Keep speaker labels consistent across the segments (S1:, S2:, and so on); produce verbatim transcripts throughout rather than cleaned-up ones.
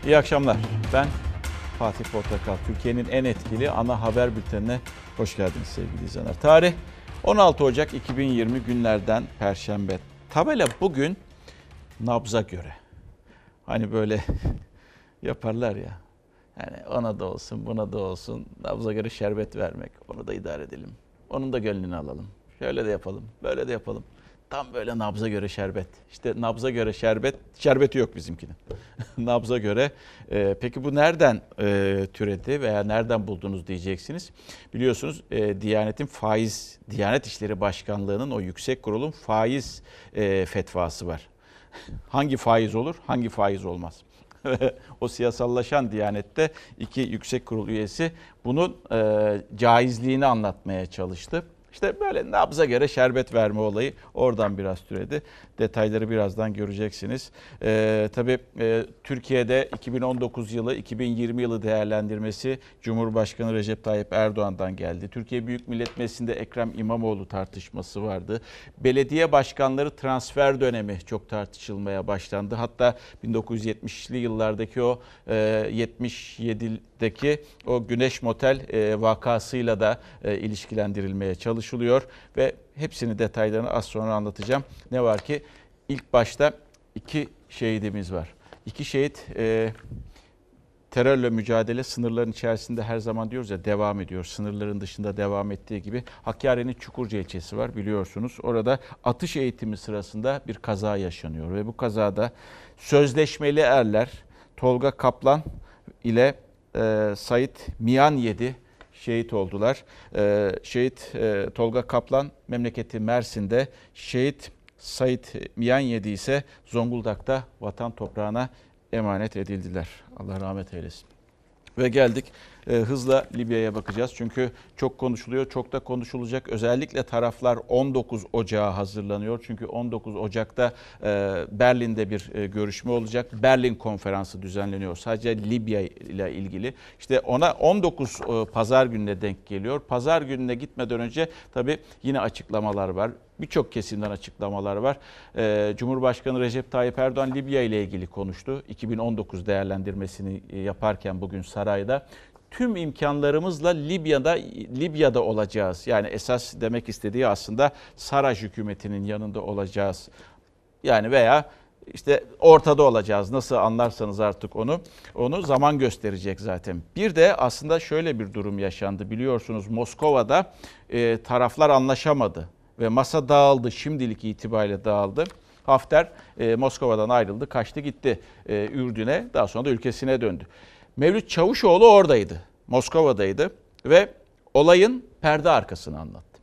S1: İyi akşamlar. Ben Fatih Portakal. Türkiye'nin en etkili ana haber bültenine hoş geldiniz sevgili izleyenler. Tarih on altı Ocak iki bin yirmi günlerden Perşembe. Tabela bugün nabza göre. Hani böyle yaparlar ya. Yani ona da olsun, buna da olsun. Nabza göre şerbet vermek. Onu da idare edelim. Onun da gönlünü alalım. Şöyle de yapalım, böyle de yapalım. Tam böyle nabza göre şerbet. İşte nabza göre şerbet, şerbeti yok bizimkinin. Nabza göre. E, peki bu nereden e, türedi veya nereden buldunuz diyeceksiniz. Biliyorsunuz e, Diyanet'in faiz, Diyanet İşleri Başkanlığı'nın o yüksek kurulun faiz e, fetvası var. Hangi faiz olur, hangi faiz olmaz? O siyasallaşan Diyanet'te iki yüksek kurul üyesi bunun e, caizliğini anlatmaya çalıştı. İşte böyle nabza göre şerbet verme olayı oradan biraz türedi. Detayları birazdan göreceksiniz. Ee, tabii e, Türkiye'de iki bin on dokuz yılı, iki bin yirmi yılı değerlendirmesi Cumhurbaşkanı Recep Tayyip Erdoğan'dan geldi. Türkiye Büyük Millet Meclisi'nde Ekrem İmamoğlu tartışması vardı. Belediye başkanları transfer dönemi çok tartışılmaya başlandı. Hatta bin dokuz yüz yetmişli yıllardaki o e, yetmiş yedideki o Güneş Motel e, vakasıyla da e, ilişkilendirilmeye çalışılıyor ve hepsini detaylarını az sonra anlatacağım. Ne var ki ilk başta iki şehidimiz var. İki şehit e, terörle mücadele sınırların içerisinde her zaman diyoruz ya devam ediyor. Sınırların dışında devam ettiği gibi Hakkari'nin Çukurca ilçesi var biliyorsunuz. Orada atış eğitimi sırasında bir kaza yaşanıyor ve bu kazada sözleşmeli erler Tolga Kaplan ile e, Sait Miyanyedi şehit oldular. Ee, şehit e, Tolga Kaplan memleketi Mersin'de, şehit Sait Miyanyedi ise Zonguldak'ta vatan toprağına emanet edildiler. Allah rahmet eylesin. Ve geldik e, hızla Libya'ya bakacağız. Çünkü çok konuşuluyor, çok da konuşulacak. Özellikle taraflar on dokuz Ocağı hazırlanıyor. Çünkü on dokuz Ocak'ta e, Berlin'de bir e, görüşme olacak. Berlin konferansı düzenleniyor. Sadece Libya ile ilgili. İşte ona on dokuz e, pazar gününe denk geliyor. Pazar gününe gitmeden önce tabii yine açıklamalar var. Birçok kesimden açıklamalar var. Ee, Cumhurbaşkanı Recep Tayyip Erdoğan Libya ile ilgili konuştu. iki bin on dokuz değerlendirmesini yaparken bugün sarayda tüm imkanlarımızla Libya'da Libya'da olacağız. Yani esas demek istediği aslında Sarraj hükümetinin yanında olacağız. Yani veya işte ortada olacağız. Nasıl anlarsanız artık onu. Onu zaman gösterecek zaten. Bir de aslında şöyle bir durum yaşandı. Biliyorsunuz Moskova'da e, taraflar anlaşamadı. Ve masa dağıldı, şimdilik itibariyle dağıldı. Hafter e, Moskova'dan ayrıldı, kaçtı gitti e, Ürdün'e, daha sonra da ülkesine döndü. Mevlüt Çavuşoğlu oradaydı, Moskova'daydı ve olayın perde arkasını anlattı.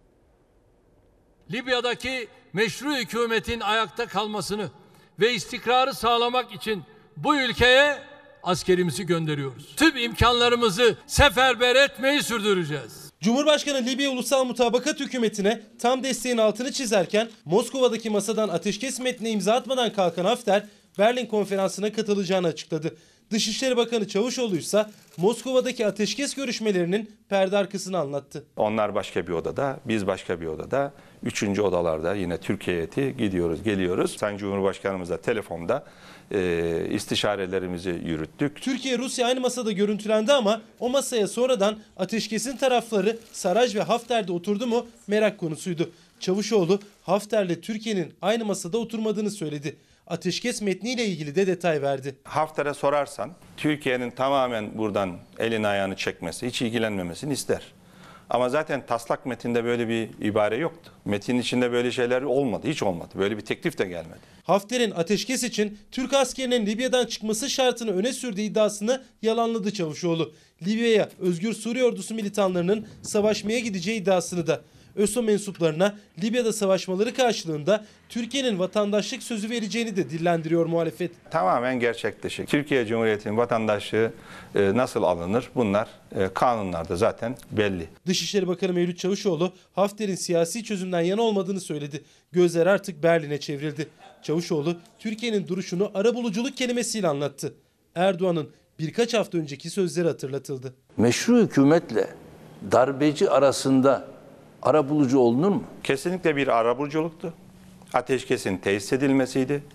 S2: Libya'daki meşru hükümetin ayakta kalmasını ve istikrarı sağlamak için bu ülkeye askerimizi gönderiyoruz. Tüm imkanlarımızı seferber etmeyi sürdüreceğiz.
S3: Cumhurbaşkanı Libya Ulusal Mutabakat Hükümeti'ne tam desteğin altını çizerken Moskova'daki masadan ateşkes metnine imza atmadan kalkan Hafter Berlin konferansına katılacağını açıkladı. Dışişleri Bakanı Çavuşoğlu ise Moskova'daki ateşkes görüşmelerinin perde arkasını anlattı.
S4: Onlar başka bir odada, biz başka bir odada, üçüncü odalarda yine Türkiye heyeti gidiyoruz, geliyoruz. Sayın Cumhurbaşkanımızla telefonda e, istişarelerimizi yürüttük.
S3: Türkiye-Rusya aynı masada görüntülendi ama o masaya sonradan ateşkesin tarafları Sarraj ve Hafter'de oturdu mu merak konusuydu. Çavuşoğlu Hafter'le Türkiye'nin aynı masada oturmadığını söyledi. Ateşkes metniyle ilgili de detay verdi.
S4: Hafter'e sorarsan Türkiye'nin tamamen buradan elini ayağını çekmesi, hiç ilgilenmemesini ister. Ama zaten taslak metinde böyle bir ibare yoktu. Metinin içinde böyle şeyler olmadı, hiç olmadı. Böyle bir teklif de gelmedi.
S3: Hafter'in ateşkes için Türk askerinin Libya'dan çıkması şartını öne sürdüğü iddiasını yalanladı Çavuşoğlu. Libya'ya Özgür Suriye Ordusu militanlarının savaşmaya gideceği iddiasını da. ÖSO mensuplarına Libya'da savaşmaları karşılığında Türkiye'nin vatandaşlık sözü vereceğini de dillendiriyor muhalefet.
S4: Tamamen gerçekleşik. Türkiye Cumhuriyeti'nin vatandaşlığı e, nasıl alınır? Bunlar e, kanunlarda zaten belli.
S3: Dışişleri Bakanı Mevlüt Çavuşoğlu Hafter'in siyasi çözümden yana olmadığını söyledi. Gözler artık Berlin'e çevrildi. Çavuşoğlu Türkiye'nin duruşunu arabuluculuk kelimesiyle anlattı. Erdoğan'ın birkaç hafta önceki sözleri hatırlatıldı.
S5: Meşru hükümetle darbeci arasında arabulucu olunur mu?
S4: Kesinlikle bir arabuluculuktu. Ateşkesin tesis edilmesiydi.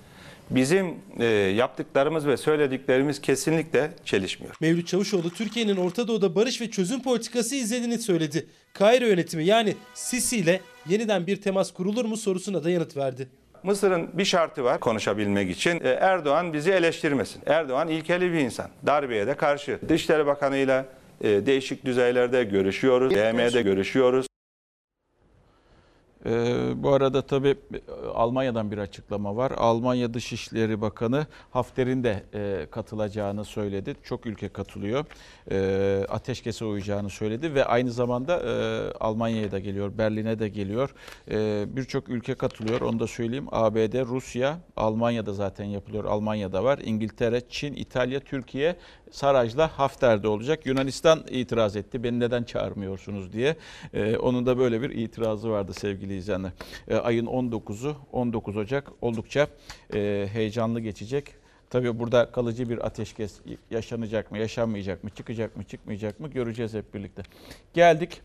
S4: bizim e, yaptıklarımız ve söylediklerimiz kesinlikle çelişmiyor.
S3: Mevlüt Çavuşoğlu Türkiye'nin Orta Doğu'da barış ve çözüm politikası izlediğini söyledi. Kahire yönetimi yani Sisi ile yeniden bir temas kurulur mu sorusuna da yanıt verdi.
S4: Mısır'ın bir şartı var konuşabilmek için. Erdoğan bizi eleştirmesin. Erdoğan ilkeli bir insan. Darbeye de karşı. Dışişleri Bakanı'yla değişik düzeylerde görüşüyoruz. B M'de görüşüyoruz.
S1: Ee, bu arada tabii Almanya'dan bir açıklama var. Almanya Dışişleri Bakanı Hafter'in de e, katılacağını söyledi. Çok ülke katılıyor. E, ateşkese uyacağını söyledi ve aynı zamanda e, Almanya'ya da geliyor, Berlin'e de geliyor. E, Birçok ülke katılıyor. Onu da söyleyeyim. A B D, Rusya, Almanya'da zaten yapılıyor. Almanya'da var. İngiltere, Çin, İtalya, Türkiye, Saraj'la Hafter'de olacak. Yunanistan itiraz etti. Beni neden çağırmıyorsunuz diye. E, onun da böyle bir itirazı vardı sevgili izleyenler. E, ayın on dokuzu, on dokuz Ocak oldukça e, heyecanlı geçecek. Tabii burada kalıcı bir ateşkes yaşanacak mı, yaşanmayacak mı, çıkacak mı, çıkmayacak mı göreceğiz hep birlikte. Geldik.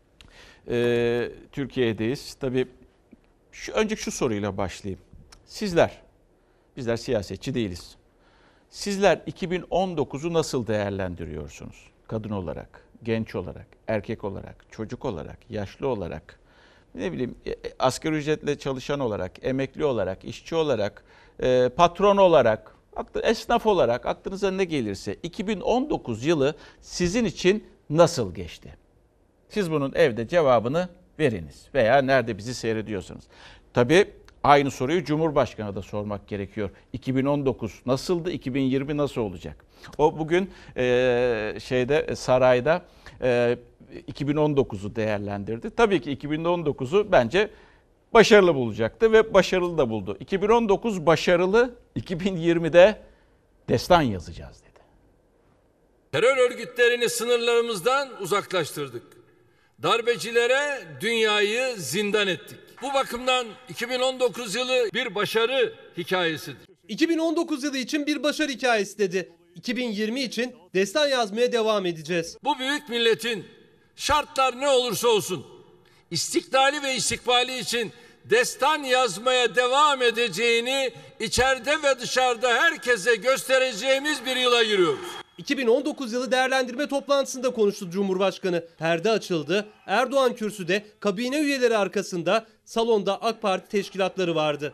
S1: E, Türkiye'deyiz. Tabii şu, önce şu soruyla başlayayım. Sizler, bizler siyasetçi değiliz. Sizler iki bin on dokuzu nasıl değerlendiriyorsunuz? Kadın olarak, genç olarak, erkek olarak, çocuk olarak, yaşlı olarak, ne bileyim asgari ücretle çalışan olarak, emekli olarak, işçi olarak, patron olarak, esnaf olarak aklınıza ne gelirse iki bin on dokuz yılı sizin için nasıl geçti? Siz bunun evde cevabını veriniz veya nerede bizi seyrediyorsanız. Tabii aynı soruyu Cumhurbaşkanı'na da sormak gerekiyor. iki bin on dokuz nasıldı, iki bin yirmi nasıl olacak? O bugün e, şeyde sarayda e, iki bin on dokuzu değerlendirdi. Tabii ki iki bin on dokuzu bence başarılı bulacaktı ve başarılı da buldu. iki bin on dokuz başarılı, iki bin yirmide destan yazacağız dedi.
S2: Terör örgütlerini sınırlarımızdan uzaklaştırdık. Darbecilere dünyayı zindan ettik. Bu bakımdan iki bin on dokuz yılı bir başarı hikayesidir.
S3: iki bin on dokuz yılı için bir başarı hikayesi dedi. iki bin yirmi için destan yazmaya devam edeceğiz.
S2: Bu büyük milletin şartlar ne olursa olsun istiklali ve istikbali için destan yazmaya devam edeceğini içeride ve dışarıda herkese göstereceğimiz bir yıla giriyoruz.
S3: iki bin on dokuz yılı değerlendirme toplantısında konuştu Cumhurbaşkanı. Perde açıldı. Erdoğan kürsüde, kabine üyeleri arkasında, salonda AK Parti teşkilatları vardı.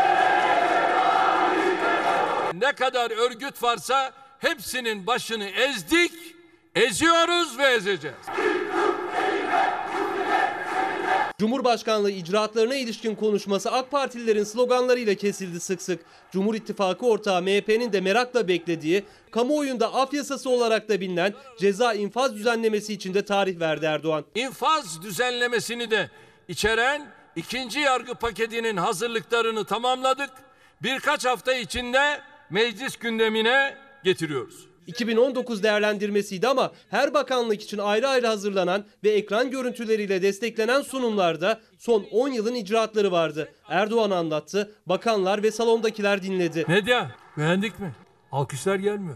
S2: Ne kadar örgüt varsa hepsinin başını ezdik, eziyoruz ve ezeceğiz.
S3: Cumhurbaşkanlığı icraatlarına ilişkin konuşması AK Partililerin sloganlarıyla kesildi sık sık. Cumhur İttifakı ortağı M H P'nin de merakla beklediği, kamuoyunda af yasası olarak da bilinen ceza infaz düzenlemesi için de tarih verdi Erdoğan.
S2: İnfaz düzenlemesini de içeren ikinci yargı paketinin hazırlıklarını tamamladık. Birkaç hafta içinde meclis gündemine getiriyoruz.
S3: iki bin on dokuz değerlendirmesiydi ama her bakanlık için ayrı ayrı hazırlanan ve ekran görüntüleriyle desteklenen sunumlarda son on yılın icraatları vardı. Erdoğan anlattı, bakanlar ve salondakiler dinledi.
S2: Medya, beğendik mi? Alkışlar gelmiyor.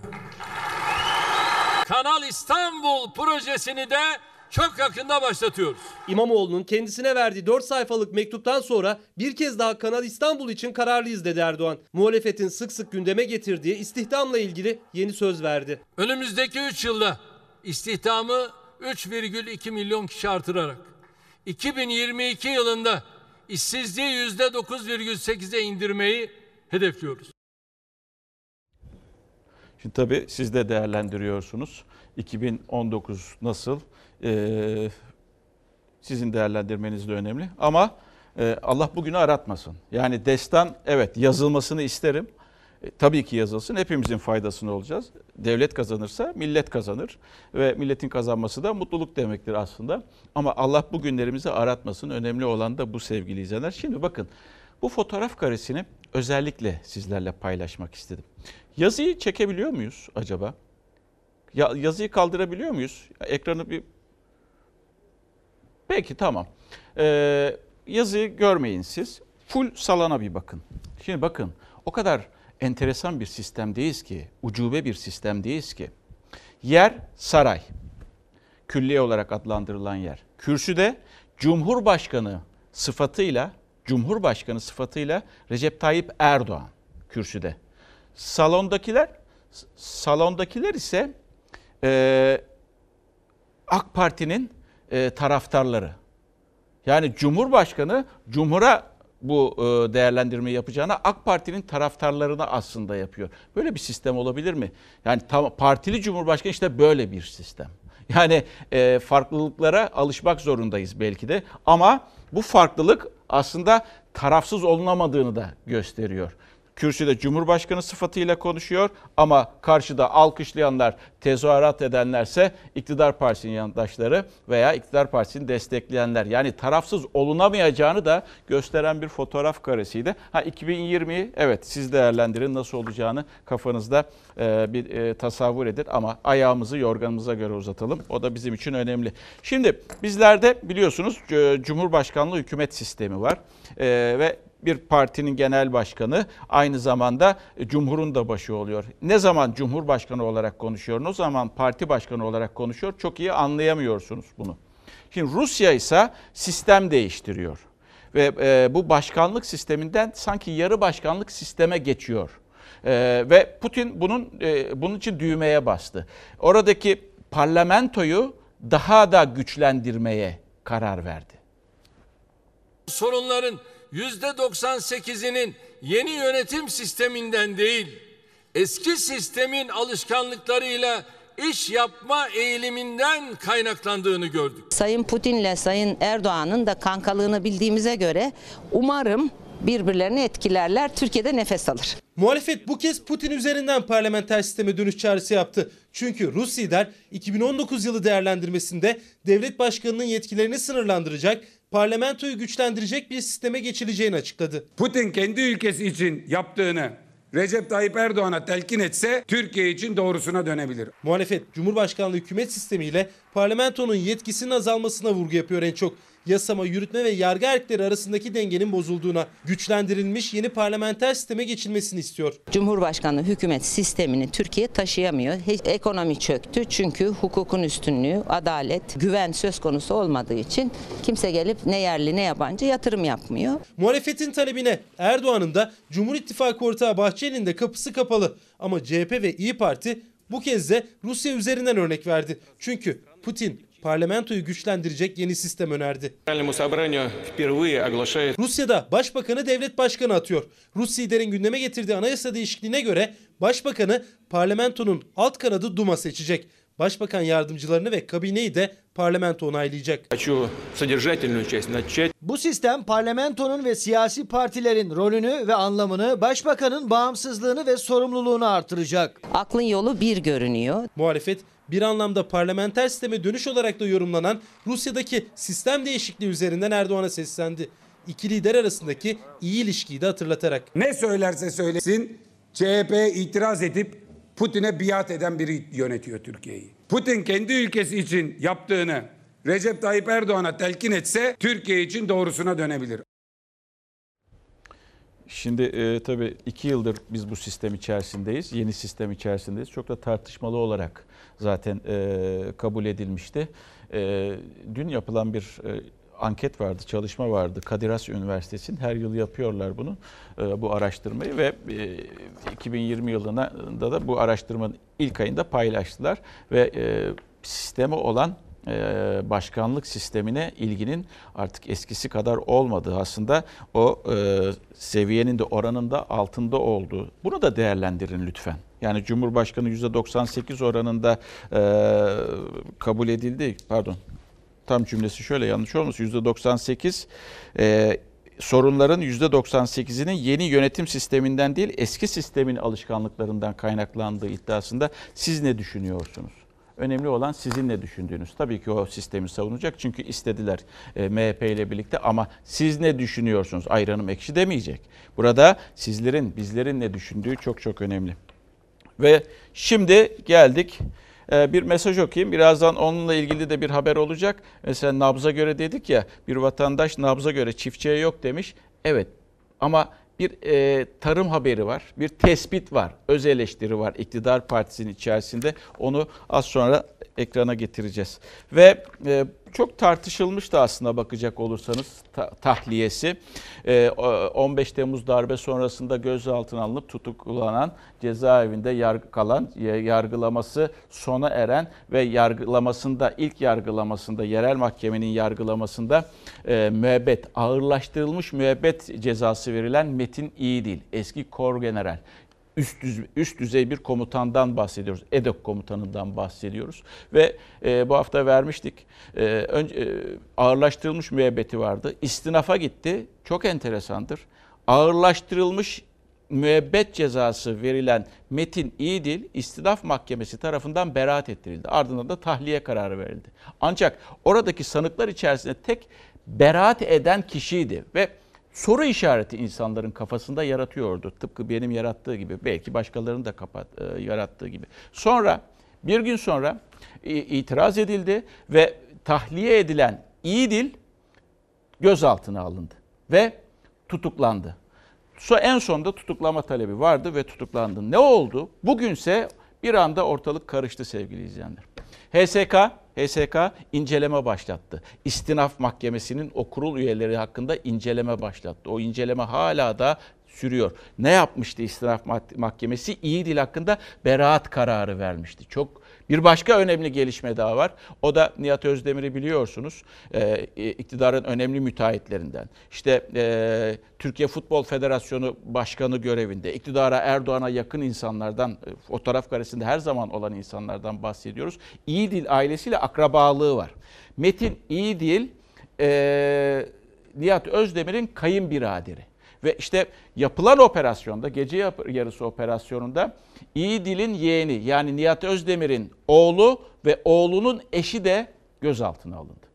S2: Kanal İstanbul projesini de çok yakında başlatıyoruz.
S3: İmamoğlu'nun kendisine verdiği dört sayfalık mektuptan sonra bir kez daha Kanal İstanbul için kararlıyız dedi Erdoğan. Muhalefetin sık sık gündeme getirdiği istihdamla ilgili yeni söz verdi.
S2: Önümüzdeki üç yılda istihdamı üç virgül iki milyon kişi artırarak iki bin yirmi iki yılında işsizliği yüzde dokuz virgül sekize indirmeyi hedefliyoruz.
S1: Şimdi tabii siz de değerlendiriyorsunuz. iki bin on dokuz nasıl? Ee, sizin değerlendirmeniz de önemli. Ama e, Allah bugünü aratmasın. Yani destan evet yazılmasını isterim. E, tabii ki yazılsın. Hepimizin faydasını olacağız. Devlet kazanırsa millet kazanır. Ve milletin kazanması da mutluluk demektir aslında. Ama Allah bu günlerimizi aratmasın. Önemli olan da bu sevgili izleyenler. Şimdi bakın bu fotoğraf karesini özellikle sizlerle paylaşmak istedim. Yazıyı çekebiliyor muyuz acaba? Ya, yazıyı kaldırabiliyor muyuz? Ekranı bir... Peki tamam. Ee, yazıyı görmeyin siz. Full salona bir bakın. Şimdi bakın o kadar enteresan bir sistemdeyiz ki, ucube bir sistemdeyiz ki. Yer saray. Külliye olarak adlandırılan yer. Kürsüde Cumhurbaşkanı sıfatıyla, Cumhurbaşkanı sıfatıyla Recep Tayyip Erdoğan kürsüde. Salondakiler salondakiler ise e, AK Parti'nin e, taraftarları. Yani Cumhurbaşkanı Cumhur'a bu e, değerlendirmeyi yapacağına AK Parti'nin taraftarlarına aslında yapıyor. Böyle bir sistem olabilir mi? Yani tam, partili Cumhurbaşkanı işte böyle bir sistem. Yani e, farklılıklara alışmak zorundayız belki de. Ama bu farklılık aslında tarafsız olunamadığını da gösteriyor. Kürsüde Cumhurbaşkanı sıfatıyla konuşuyor ama karşıda alkışlayanlar, tezahürat edenlerse iktidar partisinin yandaşları veya iktidar partisini destekleyenler. Yani tarafsız olunamayacağını da gösteren bir fotoğraf karesiydi. Ha iki bin yirmiyi evet siz değerlendirin, nasıl olacağını kafanızda e, bir e, tasavvur edin ama ayağımızı yorganımıza göre uzatalım. O da bizim için önemli. Şimdi bizlerde biliyorsunuz Cumhurbaşkanlığı hükümet sistemi var e, ve bir partinin genel başkanı aynı zamanda Cumhur'un da başı oluyor. Ne zaman Cumhurbaşkanı olarak konuşuyor, ne zaman parti başkanı olarak konuşuyor çok iyi anlayamıyorsunuz bunu. Şimdi Rusya ise sistem değiştiriyor ve e, bu başkanlık sisteminden sanki yarı başkanlık sisteme geçiyor. E, ve Putin bunun e, bunun için düğmeye bastı. Oradaki parlamentoyu daha da güçlendirmeye karar verdi.
S2: Sorunların yüzde doksan sekizinin yeni yönetim sisteminden değil, eski sistemin alışkanlıklarıyla iş yapma eğiliminden kaynaklandığını gördük.
S6: Sayın Putin'le Sayın Erdoğan'ın da kankalığını bildiğimize göre umarım birbirlerini etkilerler, Türkiye'de nefes alır.
S3: Muhalefet bu kez Putin üzerinden parlamenter sisteme dönüş çağrısı yaptı. Çünkü Rus lider iki bin on dokuz yılı değerlendirmesinde devlet başkanının yetkilerini sınırlandıracak, parlamentoyu güçlendirecek bir sisteme geçileceğini açıkladı.
S7: Putin kendi ülkesi için yaptığını Recep Tayyip Erdoğan'a telkin etse Türkiye için doğrusuna dönebilir.
S3: Muhalefet Cumhurbaşkanlığı hükümet sistemiyle parlamentonun yetkisinin azalmasına vurgu yapıyor en çok. Yasama, yürütme ve yargı erkleri arasındaki dengenin bozulduğuna, güçlendirilmiş yeni parlamenter sisteme geçilmesini istiyor.
S6: Cumhurbaşkanlığı hükümet sistemini Türkiye taşıyamıyor. Hiç ekonomi çöktü çünkü hukukun üstünlüğü, adalet, güven söz konusu olmadığı için kimse gelip ne yerli ne yabancı yatırım yapmıyor.
S3: Muhalefetin talebine Erdoğan'ın da Cumhur İttifakı ortağı Bahçeli'nin de kapısı kapalı. Ama C H P ve İYİ Parti bu kez de Rusya üzerinden örnek verdi. Çünkü Putin parlamentoyu güçlendirecek yeni sistem önerdi. Rusya'da başbakanı devlet başkanı atıyor. Rus liderin gündeme getirdiği anayasa değişikliğine göre başbakanı parlamentonun alt kanadı Duma seçecek. Başbakan yardımcılarını ve kabineyi de parlamento onaylayacak.
S8: Bu sistem parlamentonun ve siyasi partilerin rolünü ve anlamını, başbakanın bağımsızlığını ve sorumluluğunu artıracak.
S6: Aklın yolu bir görünüyor.
S3: Muhalefet bir anlamda parlamenter sisteme dönüş olarak da yorumlanan Rusya'daki sistem değişikliği üzerinden Erdoğan'a seslendi. İki lider arasındaki iyi ilişkiyi de hatırlatarak.
S7: Ne söylerse söylesin C H P'ye itiraz edip Putin'e biat eden biri yönetiyor Türkiye'yi. Putin kendi ülkesi için yaptığını Recep Tayyip Erdoğan'a telkin etse Türkiye için doğrusuna dönebilir.
S1: Şimdi e, tabii iki yıldır biz bu sistem içerisindeyiz, yeni sistem içerisindeyiz. Çok da tartışmalı olarak zaten e, kabul edilmişti. E, dün yapılan bir e, anket vardı, çalışma vardı. Kadir Has Üniversitesi'nin her yıl yapıyorlar bunu, e, bu araştırmayı ve e, iki bin yirmi yılında da bu araştırmanın ilk ayında paylaştılar ve e, sistemi olan başkanlık sistemine ilginin artık eskisi kadar olmadığı, aslında o e, seviyenin de oranın da altında olduğu. Bunu da değerlendirin lütfen. Yani Cumhurbaşkanı yüzde doksan sekiz oranında e, kabul edildi. Pardon. Tam cümlesi şöyle, yanlış olmasın. yüzde doksan sekiz e, sorunların yüzde doksan sekizinin yeni yönetim sisteminden değil, eski sistemin alışkanlıklarından kaynaklandığı iddiasında. Siz ne düşünüyorsunuz? Önemli olan sizin ne düşündüğünüz. Tabii ki o sistemi savunacak çünkü istediler e, M H P ile birlikte, ama siz ne düşünüyorsunuz? Ayranım ekşi demeyecek. Burada sizlerin, bizlerin ne düşündüğü çok çok önemli. Ve şimdi geldik. E, bir mesaj okuyayım. Birazdan onunla ilgili de bir haber olacak. Mesela nabza göre dedik ya, bir vatandaş nabza göre çiftçiye yok demiş. Evet, ama bir e, tarım haberi var, bir tespit var, öz eleştiri var iktidar partisinin içerisinde. Onu az sonra ekrana getireceğiz. Ve e, çok tartışılmıştı aslında bakacak olursanız ta- tahliyesi. Ee, on beş Temmuz darbe sonrasında gözaltına alınıp tutuklanan, cezaevinde yargı kalan, yargılaması sona eren ve yargılamasında, ilk yargılamasında, yerel mahkemenin yargılamasında e, müebbet, ağırlaştırılmış müebbet cezası verilen Metin İyidil, eski Korgeneral. Üst, düzey, üst düzey bir komutandan bahsediyoruz. EDOK komutanından bahsediyoruz. Ve e, bu hafta vermiştik. E, önce, e, ağırlaştırılmış müebbeti vardı. İstinafa gitti. Çok enteresandır. Ağırlaştırılmış müebbet cezası verilen Metin İyidil istinaf mahkemesi tarafından beraat ettirildi. Ardından da tahliye kararı verildi. Ancak oradaki sanıklar içerisinde tek beraat eden kişiydi ve soru işareti insanların kafasında yaratıyordu. Tıpkı benim yarattığı gibi, belki başkalarının da kapat, e, yarattığı gibi. Sonra bir gün sonra e, itiraz edildi ve tahliye edilen İyidil gözaltına alındı ve tutuklandı. So, en sonunda tutuklama talebi vardı ve tutuklandı. Ne oldu? Bugünse bir anda ortalık karıştı sevgili izleyenler. H S K, H S K inceleme başlattı. İstinaf Mahkemesi'nin o kurul üyeleri hakkında inceleme başlattı. O inceleme hala da sürüyor. Ne yapmıştı İstinaf Mahkemesi? İyidil hakkında beraat kararı vermişti. Çok bir başka önemli gelişme daha var. O da Nihat Özdemir'i biliyorsunuz. Ee, iktidarın önemli müteahhitlerinden. İşte e, Türkiye Futbol Federasyonu Başkanı görevinde, iktidara, Erdoğan'a yakın insanlardan, fotoğraf karesinde her zaman olan insanlardan bahsediyoruz. İyidil ailesiyle akrabalığı var. Metin İyidil, e, Nihat Özdemir'in kayınbiraderi. Ve işte yapılan operasyonda, gece yarısı operasyonunda İyidil'in yeğeni yani Nihat Özdemir'in oğlu ve oğlunun eşi de gözaltına alındı.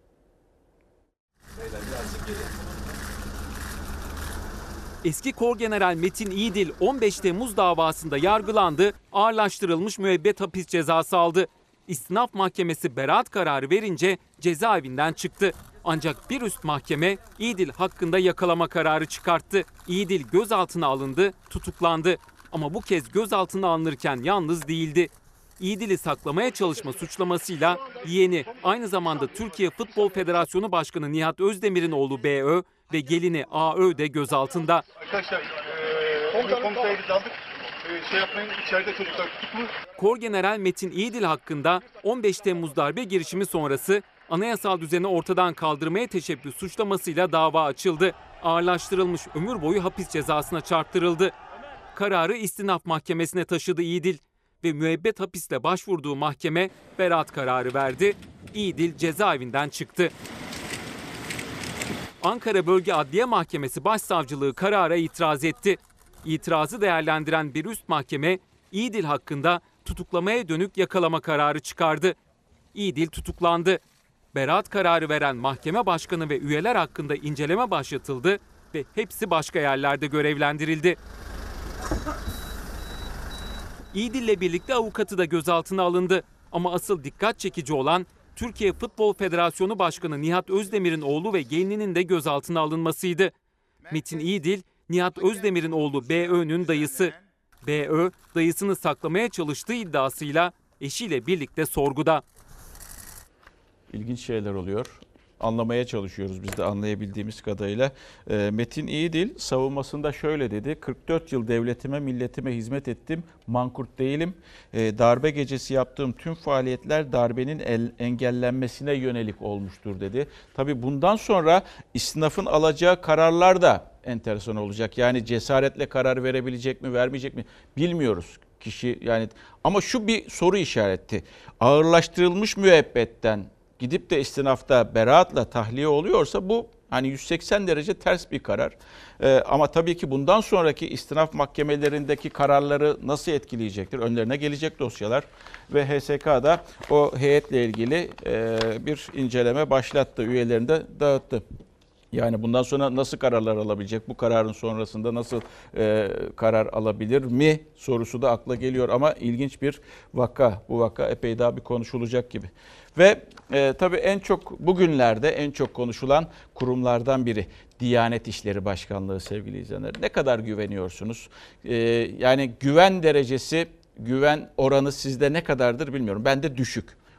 S9: Eski Korgeneral Metin İyidil on beş Temmuz davasında yargılandı, ağırlaştırılmış müebbet hapis cezası aldı. İstinaf Mahkemesi beraat kararı verince cezaevinden çıktı. Ancak bir üst mahkeme İyidil hakkında yakalama kararı çıkarttı. İyidil gözaltına alındı, tutuklandı. Ama bu kez gözaltına alınırken yalnız değildi. İyidil'i saklamaya çalışma suçlamasıyla yeğeni, aynı zamanda Türkiye Futbol Federasyonu Başkanı Nihat Özdemir'in oğlu B Ö ve gelini A Ö de gözaltında.
S10: Arkadaşlar, e, komisere aldık. E, şey yapmayın, içeride çocuklar tutuklu.
S9: Korgeneral Metin İyidil hakkında on beş Temmuz darbe girişimi sonrası anayasal düzeni ortadan kaldırmaya teşebbüs suçlamasıyla dava açıldı. Ağırlaştırılmış ömür boyu hapis cezasına çarptırıldı. Kararı İstinaf Mahkemesi'ne taşıdı İyidil ve müebbet hapisle başvurduğu mahkeme beraat kararı verdi. İyidil cezaevinden çıktı. Ankara Bölge Adliye Mahkemesi Başsavcılığı karara itiraz etti. İtirazı değerlendiren bir üst mahkeme İyidil hakkında tutuklamaya dönük yakalama kararı çıkardı. İyidil tutuklandı. Beraat kararı veren mahkeme başkanı ve üyeler hakkında inceleme başlatıldı ve hepsi başka yerlerde görevlendirildi. İyidil'le birlikte avukatı da gözaltına alındı. Ama asıl dikkat çekici olan Türkiye Futbol Federasyonu Başkanı Nihat Özdemir'in oğlu ve gelininin de gözaltına alınmasıydı. Metin İyidil, Nihat Özdemir'in oğlu B Ö'nün dayısı. B Ö, dayısını saklamaya çalıştığı iddiasıyla eşiyle birlikte sorguda.
S1: İlginç şeyler oluyor. Anlamaya çalışıyoruz biz de anlayabildiğimiz kadarıyla. E, Metin İyidil savunmasında şöyle dedi. kırk dört yıl devletime, milletime hizmet ettim. Mankurt değilim. E, darbe gecesi yaptığım tüm faaliyetler darbenin el, engellenmesine yönelik olmuştur dedi. Tabii bundan sonra istinafın alacağı kararlar da enteresan olacak. Yani cesaretle karar verebilecek mi, vermeyecek mi bilmiyoruz. Kişi yani ama şu bir soru işareti. Ağırlaştırılmış müebbetten gidip de istinafta beraatla tahliye oluyorsa bu hani yüz seksen derece ters bir karar. Ee, ama tabii ki bundan sonraki istinaf mahkemelerindeki kararları nasıl etkileyecektir? Önlerine gelecek dosyalar ve H S K'da o heyetle ilgili e, bir inceleme başlattı. Üyelerini de dağıttı. Yani bundan sonra nasıl kararlar alabilecek? Bu kararın sonrasında nasıl e, karar alabilir mi sorusu da akla geliyor. Ama ilginç bir vaka. Bu vaka epey daha bir konuşulacak gibi. Ve e, tabii en çok bugünlerde en çok konuşulan kurumlardan biri Diyanet İşleri Başkanlığı sevgili izleyenler. Ne kadar güveniyorsunuz? E, yani güven derecesi, güven oranı sizde ne kadardır bilmiyorum. Bende düşük.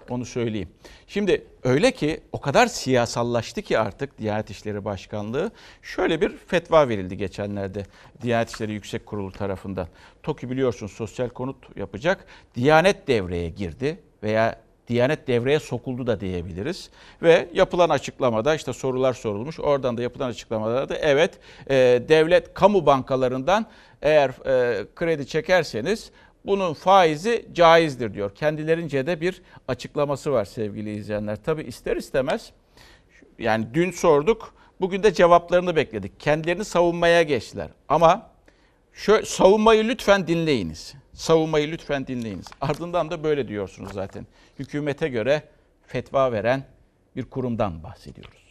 S1: Onu söyleyeyim. Şimdi öyle ki o kadar siyasallaştı ki artık Diyanet İşleri Başkanlığı, şöyle bir fetva verildi geçenlerde Diyanet İşleri Yüksek Kurulu tarafından. TOKİ biliyorsunuz sosyal konut yapacak. Diyanet devreye girdi veya Diyanet devreye sokuldu da diyebiliriz. Ve yapılan açıklamada işte sorular sorulmuş. Oradan da yapılan açıklamalarda da evet e, devlet kamu bankalarından eğer e, kredi çekerseniz bunun faizi caizdir diyor. Kendilerince de bir açıklaması var sevgili izleyenler. Tabii ister istemez, yani dün sorduk, bugün de cevaplarını bekledik. Kendilerini savunmaya geçtiler. Ama şöyle, savunmayı lütfen dinleyiniz. Savunmayı lütfen dinleyiniz. Ardından da böyle diyorsunuz zaten. Hükümete göre fetva veren bir kurumdan bahsediyoruz.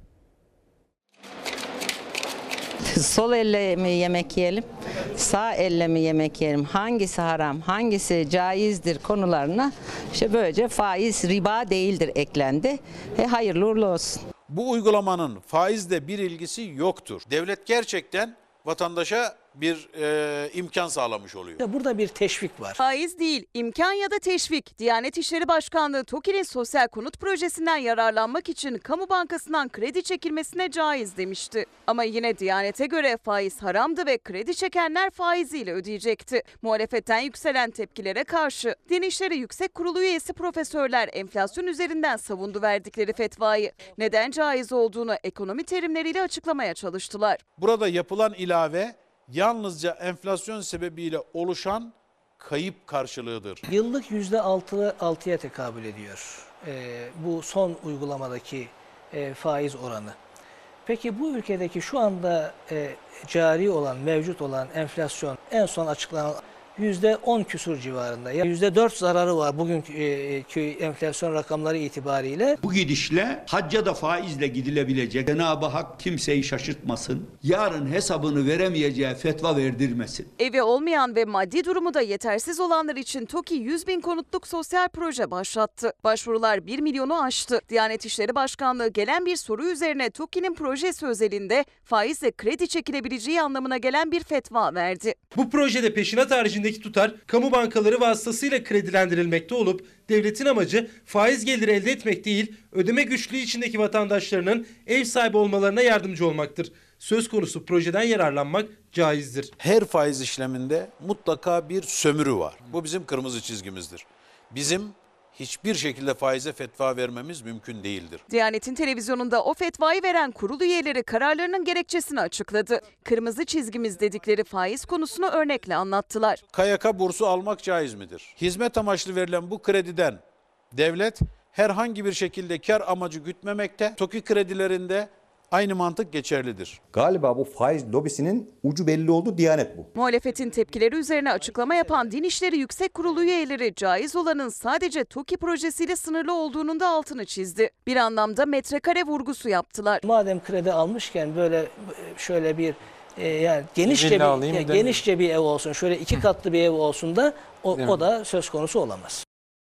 S6: Sol elle mi yemek yiyelim, sağ elle mi yemek yiyelim, hangisi haram, hangisi caizdir konularına işte böylece faiz riba değildir eklendi. E, hayırlı uğurlu olsun.
S11: Bu uygulamanın faizle bir ilgisi yoktur. Devlet gerçekten vatandaşa bir e, imkan sağlamış oluyor.
S12: Burada bir teşvik var.
S13: Faiz değil, imkan ya da teşvik. Diyanet İşleri Başkanlığı TOKİ'nin sosyal konut projesinden yararlanmak için kamu bankasından kredi çekilmesine caiz demişti. Ama yine Diyanet'e göre faiz haramdı ve kredi çekenler faiziyle ödeyecekti. Muhalefetten yükselen tepkilere karşı Din İşleri Yüksek Kurulu üyesi profesörler enflasyon üzerinden savundu verdikleri fetvayı. Neden caiz olduğunu ekonomi terimleriyle açıklamaya çalıştılar.
S11: Burada yapılan ilave yalnızca enflasyon sebebiyle oluşan kayıp karşılığıdır.
S12: Yıllık yüzde altıya tekabül ediyor ee, bu son uygulamadaki e, faiz oranı. Peki bu ülkedeki şu anda e, cari olan, mevcut olan enflasyon en son açıklanan yüzde on küsur civarında. Yani yüzde dört zararı var bugünkü enflasyon rakamları itibariyle.
S14: Bu gidişle hacca da faizle gidilebilecek. Cenab-ı Hak kimseyi şaşırtmasın. Yarın hesabını veremeyeceği fetva verdirmesin.
S13: Evi olmayan ve maddi durumu da yetersiz olanlar için TOKİ yüz bin konutluk sosyal proje başlattı. Başvurular bir milyonu aştı. Diyanet İşleri Başkanlığı gelen bir soru üzerine TOKİ'nin projesi özelinde faizle kredi çekilebileceği anlamına gelen bir fetva verdi.
S3: Bu projede peşinat haricindeki tutar kamu bankaları vasıtasıyla kredilendirilmekte olup devletin amacı faiz geliri elde etmek değil, ödeme güçlüğü içindeki vatandaşlarının ev sahibi olmalarına yardımcı olmaktır. Söz konusu projeden yararlanmak caizdir.
S11: Her faiz işleminde mutlaka bir sömürü var. Bu bizim kırmızı çizgimizdir. Bizim hiçbir şekilde faize fetva vermemiz mümkün değildir.
S13: Diyanet'in televizyonunda o fetvayı veren kurul üyeleri kararlarının gerekçesini açıkladı. Kırmızı çizgimiz dedikleri faiz konusunu örnekle anlattılar.
S11: K Y K bursu almak caiz midir? Hizmet amaçlı verilen bu krediden devlet herhangi bir şekilde kar amacı gütmemekte. TOKİ kredilerinde aynı mantık geçerlidir.
S15: Galiba bu faiz lobisinin ucu belli oldu, Diyanet bu.
S13: Muhalefetin tepkileri üzerine açıklama yapan Din İşleri Yüksek Kurulu üyeleri caiz olanın sadece TOKİ projesiyle sınırlı olduğunun da altını çizdi. Bir anlamda metrekare vurgusu yaptılar.
S12: Madem kredi almışken böyle şöyle bir e, yani genişçe bir, yani genişçe bir ev olsun, şöyle iki katlı bir ev olsun da o, o da söz konusu olamaz.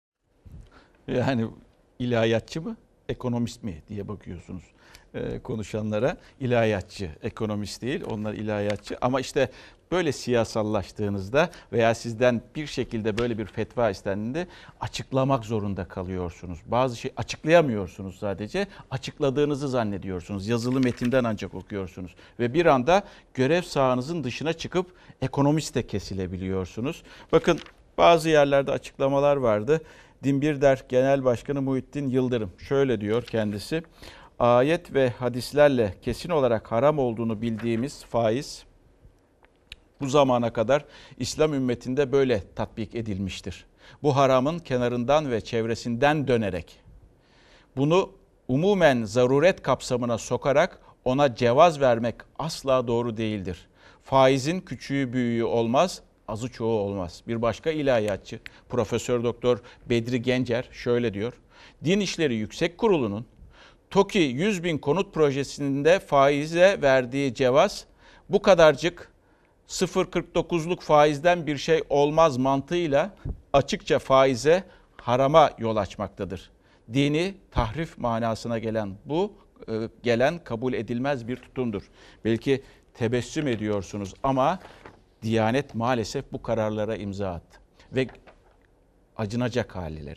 S1: Yani ilahiyatçı mı, ekonomist mi diye bakıyorsunuz e, konuşanlara. İlahiyatçı, ekonomist değil, onlar ilahiyatçı. Ama işte böyle siyasallaştığınızda veya sizden bir şekilde böyle bir fetva istendiğinde açıklamak zorunda kalıyorsunuz. Bazı şey açıklayamıyorsunuz sadece. Açıkladığınızı zannediyorsunuz. Yazılı metinden ancak okuyorsunuz. Ve bir anda görev sahanızın dışına çıkıp ekonomiste kesilebiliyorsunuz. Bakın bazı yerlerde açıklamalar vardı. Dinbirder Genel Başkanı Muhittin Yıldırım şöyle diyor kendisi. Ayet ve hadislerle kesin olarak haram olduğunu bildiğimiz faiz bu zamana kadar İslam ümmetinde böyle tatbik edilmiştir. Bu haramın kenarından ve çevresinden dönerek bunu umumen zaruret kapsamına sokarak ona cevaz vermek asla doğru değildir. Faizin küçüğü büyüğü olmaz, azı çoğu olmaz. Bir başka ilahiyatçı Profesör Doktor Bedri Gencer şöyle diyor. Din İşleri Yüksek Kurulu'nun TOKİ yüz bin konut projesinde faize verdiği cevaz bu kadarcık sıfır virgül kırk dokuzluk faizden bir şey olmaz mantığıyla açıkça faize, harama yol açmaktadır. Dini tahrif manasına gelen bu gelen kabul edilmez bir tutumdur. Belki tebessüm ediyorsunuz ama Diyanet maalesef bu kararlara imza attı. Ve acınacak halleri.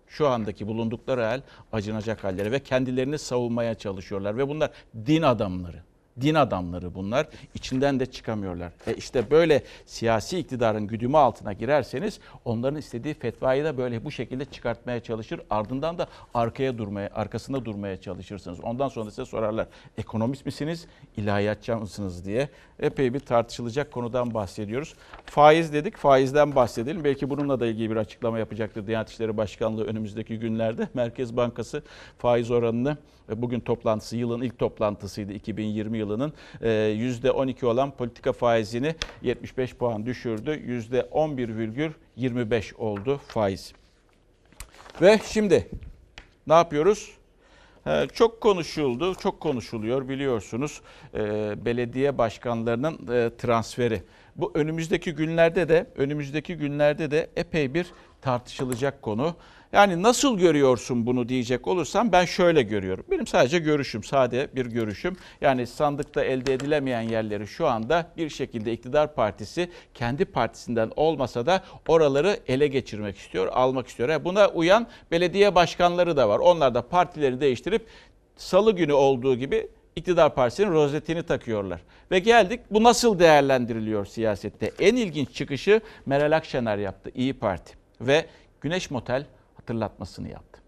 S1: Şu andaki bulundukları hal acınacak halleri ve kendilerini savunmaya çalışıyorlar ve bunlar din adamları. Din adamları bunlar. İçinden de çıkamıyorlar. E işte böyle siyasi iktidarın güdümü altına girerseniz onların istediği fetvayı da böyle bu şekilde çıkartmaya çalışır. Ardından da arkaya durmaya, arkasında durmaya çalışırsınız. Ondan sonra size sorarlar. Ekonomist misiniz, ilahiyatçı mısınız diye. Epey bir tartışılacak konudan bahsediyoruz. Faiz dedik, faizden bahsedelim. Belki bununla da ilgili bir açıklama yapacaktır Diyanet İşleri Başkanlığı önümüzdeki günlerde. Merkez Bankası faiz oranını, bugün toplantısı, yılın ilk toplantısıydı iki bin yirmi yılının, yüzde on iki olan politika faizini yetmiş beş puan düşürdü. yüzde on bir virgül yirmi beş oldu faiz. Ve şimdi ne yapıyoruz? Çok konuşuldu, çok konuşuluyor biliyorsunuz belediye başkanlarının transferi. Bu önümüzdeki günlerde de önümüzdeki günlerde de epey bir tartışılacak konu. Yani nasıl görüyorsun bunu diyecek olursam ben şöyle görüyorum. Benim sadece görüşüm, sade bir görüşüm. Yani sandıkta elde edilemeyen yerleri şu anda bir şekilde iktidar partisi kendi partisinden olmasa da oraları ele geçirmek istiyor, almak istiyor. Buna uyan belediye başkanları da var. Onlar da partileri değiştirip salı günü olduğu gibi iktidar partisinin rozetini takıyorlar. Ve geldik, bu nasıl değerlendiriliyor siyasette? En ilginç çıkışı Meral Akşener yaptı, İYİ Parti ve Güneş Motel hatırlatmasını yaptı.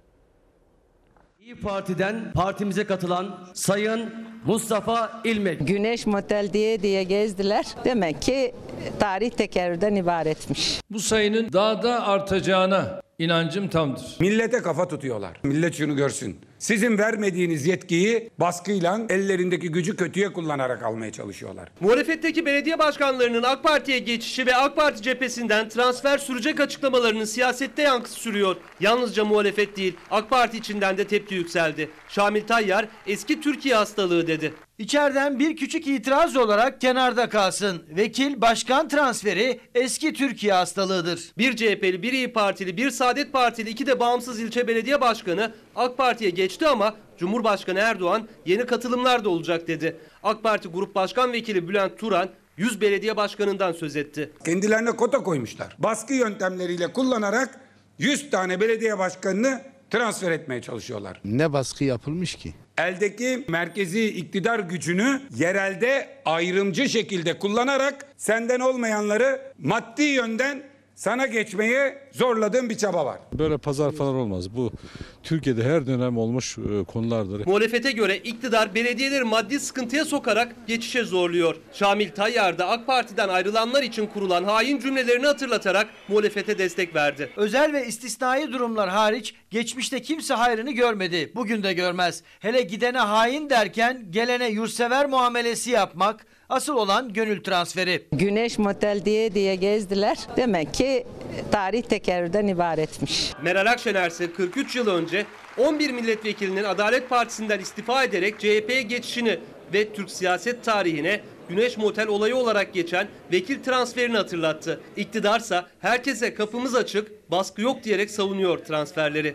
S16: İYİ Parti'den partimize katılan Sayın Mustafa İlmek.
S6: Güneş Motel diye diye gezdiler. Demek ki tarih tekerrürden ibaretmiş.
S2: Bu sayının daha da artacağına inancım tamdır.
S7: Millete kafa tutuyorlar. Millet şunu görsün. Sizin vermediğiniz yetkiyi baskıyla ellerindeki gücü kötüye kullanarak almaya çalışıyorlar.
S17: Muhalefetteki belediye başkanlarının AK Parti'ye geçişi ve AK Parti cephesinden transfer sürecek açıklamalarının siyasette yankısı sürüyor. Yalnızca muhalefet değil, AK Parti içinden de tepki yükseldi. Şamil Tayyar eski Türkiye hastalığı dedi.
S8: İçeriden bir küçük itiraz olarak kenarda kalsın. Vekil başkan transferi eski Türkiye hastalığıdır.
S17: Bir C H P'li, bir İYİ Partili, bir Saadet Partili, iki de bağımsız ilçe belediye başkanı AK Parti'ye geçti ama Cumhurbaşkanı Erdoğan yeni katılımlar da olacak dedi. AK Parti Grup Başkan Vekili Bülent Turan yüz belediye başkanından söz etti.
S7: Kendilerine kota koymuşlar. Baskı yöntemleriyle kullanarak yüz tane belediye başkanını transfer etmeye çalışıyorlar.
S18: Ne baskı yapılmış ki?
S7: Eldeki merkezi iktidar gücünü yerelde ayrımcı şekilde kullanarak senden olmayanları maddi yönden sana geçmeye zorladığım bir çaba var.
S19: Böyle pazar falan olmaz. Bu Türkiye'de her dönem olmuş konulardır.
S17: Muhalefete göre iktidar belediyeleri maddi sıkıntıya sokarak geçişe zorluyor. Şamil Tayyar da AK Parti'den ayrılanlar için kurulan hain cümlelerini hatırlatarak muhalefete destek verdi.
S8: Özel ve istisnai durumlar hariç geçmişte kimse hayrını görmedi. Bugün de görmez. Hele gidene hain derken gelene yurtsever muamelesi yapmak asıl olan gönül transferi.
S6: Güneş Motel diye diye gezdiler. Demek ki tarih tekerrürden ibaretmiş.
S17: Meral Akşener ise kırk üç yıl önce on bir milletvekilinin Adalet Partisi'nden istifa ederek C H P'ye geçişini ve Türk siyaset tarihine Güneş Motel olayı olarak geçen vekil transferini hatırlattı. İktidarsa herkese kapımız açık, baskı yok diyerek savunuyor transferleri.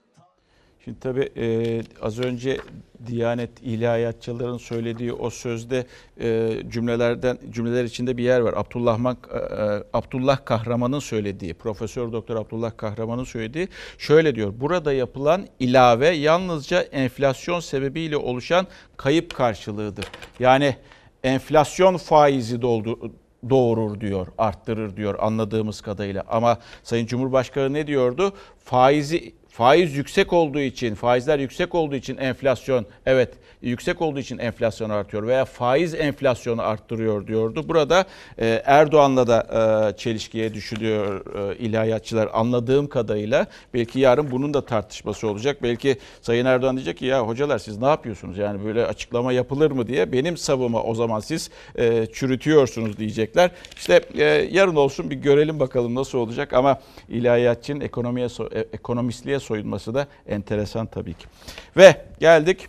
S1: Şimdi tabii e, az önce Diyanet ilahiyatçıların söylediği o sözde e, cümlelerden cümleler içinde bir yer var. Abdullah, e, Abdullah Kahraman'ın söylediği, Profesör Doktor Abdullah Kahraman'ın söylediği şöyle diyor. Burada yapılan ilave yalnızca enflasyon sebebiyle oluşan kayıp karşılığıdır. Yani enflasyon faizi doldu, doğurur diyor, arttırır diyor anladığımız kadarıyla. Ama Sayın Cumhurbaşkanı ne diyordu? Faizi Faiz yüksek olduğu için, faizler yüksek olduğu için enflasyon, evet yüksek olduğu için enflasyon artıyor veya faiz enflasyonu arttırıyor diyordu. Burada e, Erdoğan'la da e, çelişkiye düşülüyor e, ilahiyatçılar anladığım kadarıyla. Belki yarın bunun da tartışması olacak. Belki Sayın Erdoğan diyecek ki ya hocalar siz ne yapıyorsunuz? Yani böyle açıklama yapılır mı diye benim savıma o zaman siz e, çürütüyorsunuz diyecekler. İşte e, yarın olsun bir görelim bakalım nasıl olacak ama ilahiyatçının ekonomiye, ekonomistliğe soyunması da enteresan tabii ki. Ve geldik.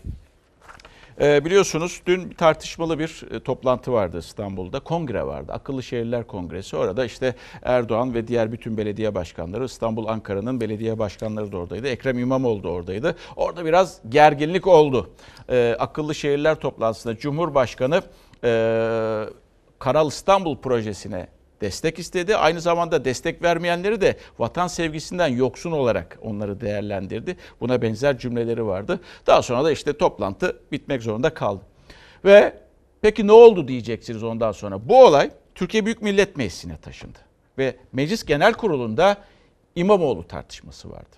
S1: Ee, biliyorsunuz dün tartışmalı bir e, toplantı vardı İstanbul'da. Kongre vardı. Akıllı Şehirler Kongresi. Orada işte Erdoğan ve diğer bütün belediye başkanları, İstanbul, Ankara'nın belediye başkanları da oradaydı. Ekrem İmamoğlu da oradaydı. Orada biraz gerginlik oldu. Ee, Akıllı Şehirler toplantısında Cumhurbaşkanı e, Kanal İstanbul projesine destek istedi. Aynı zamanda destek vermeyenleri de vatan sevgisinden yoksun olarak onları değerlendirdi. Buna benzer cümleleri vardı. Daha sonra da işte toplantı bitmek zorunda kaldı. Ve peki ne oldu diyeceksiniz ondan sonra. Bu olay Türkiye Büyük Millet Meclisi'ne taşındı. Ve Meclis Genel Kurulu'nda İmamoğlu tartışması vardı.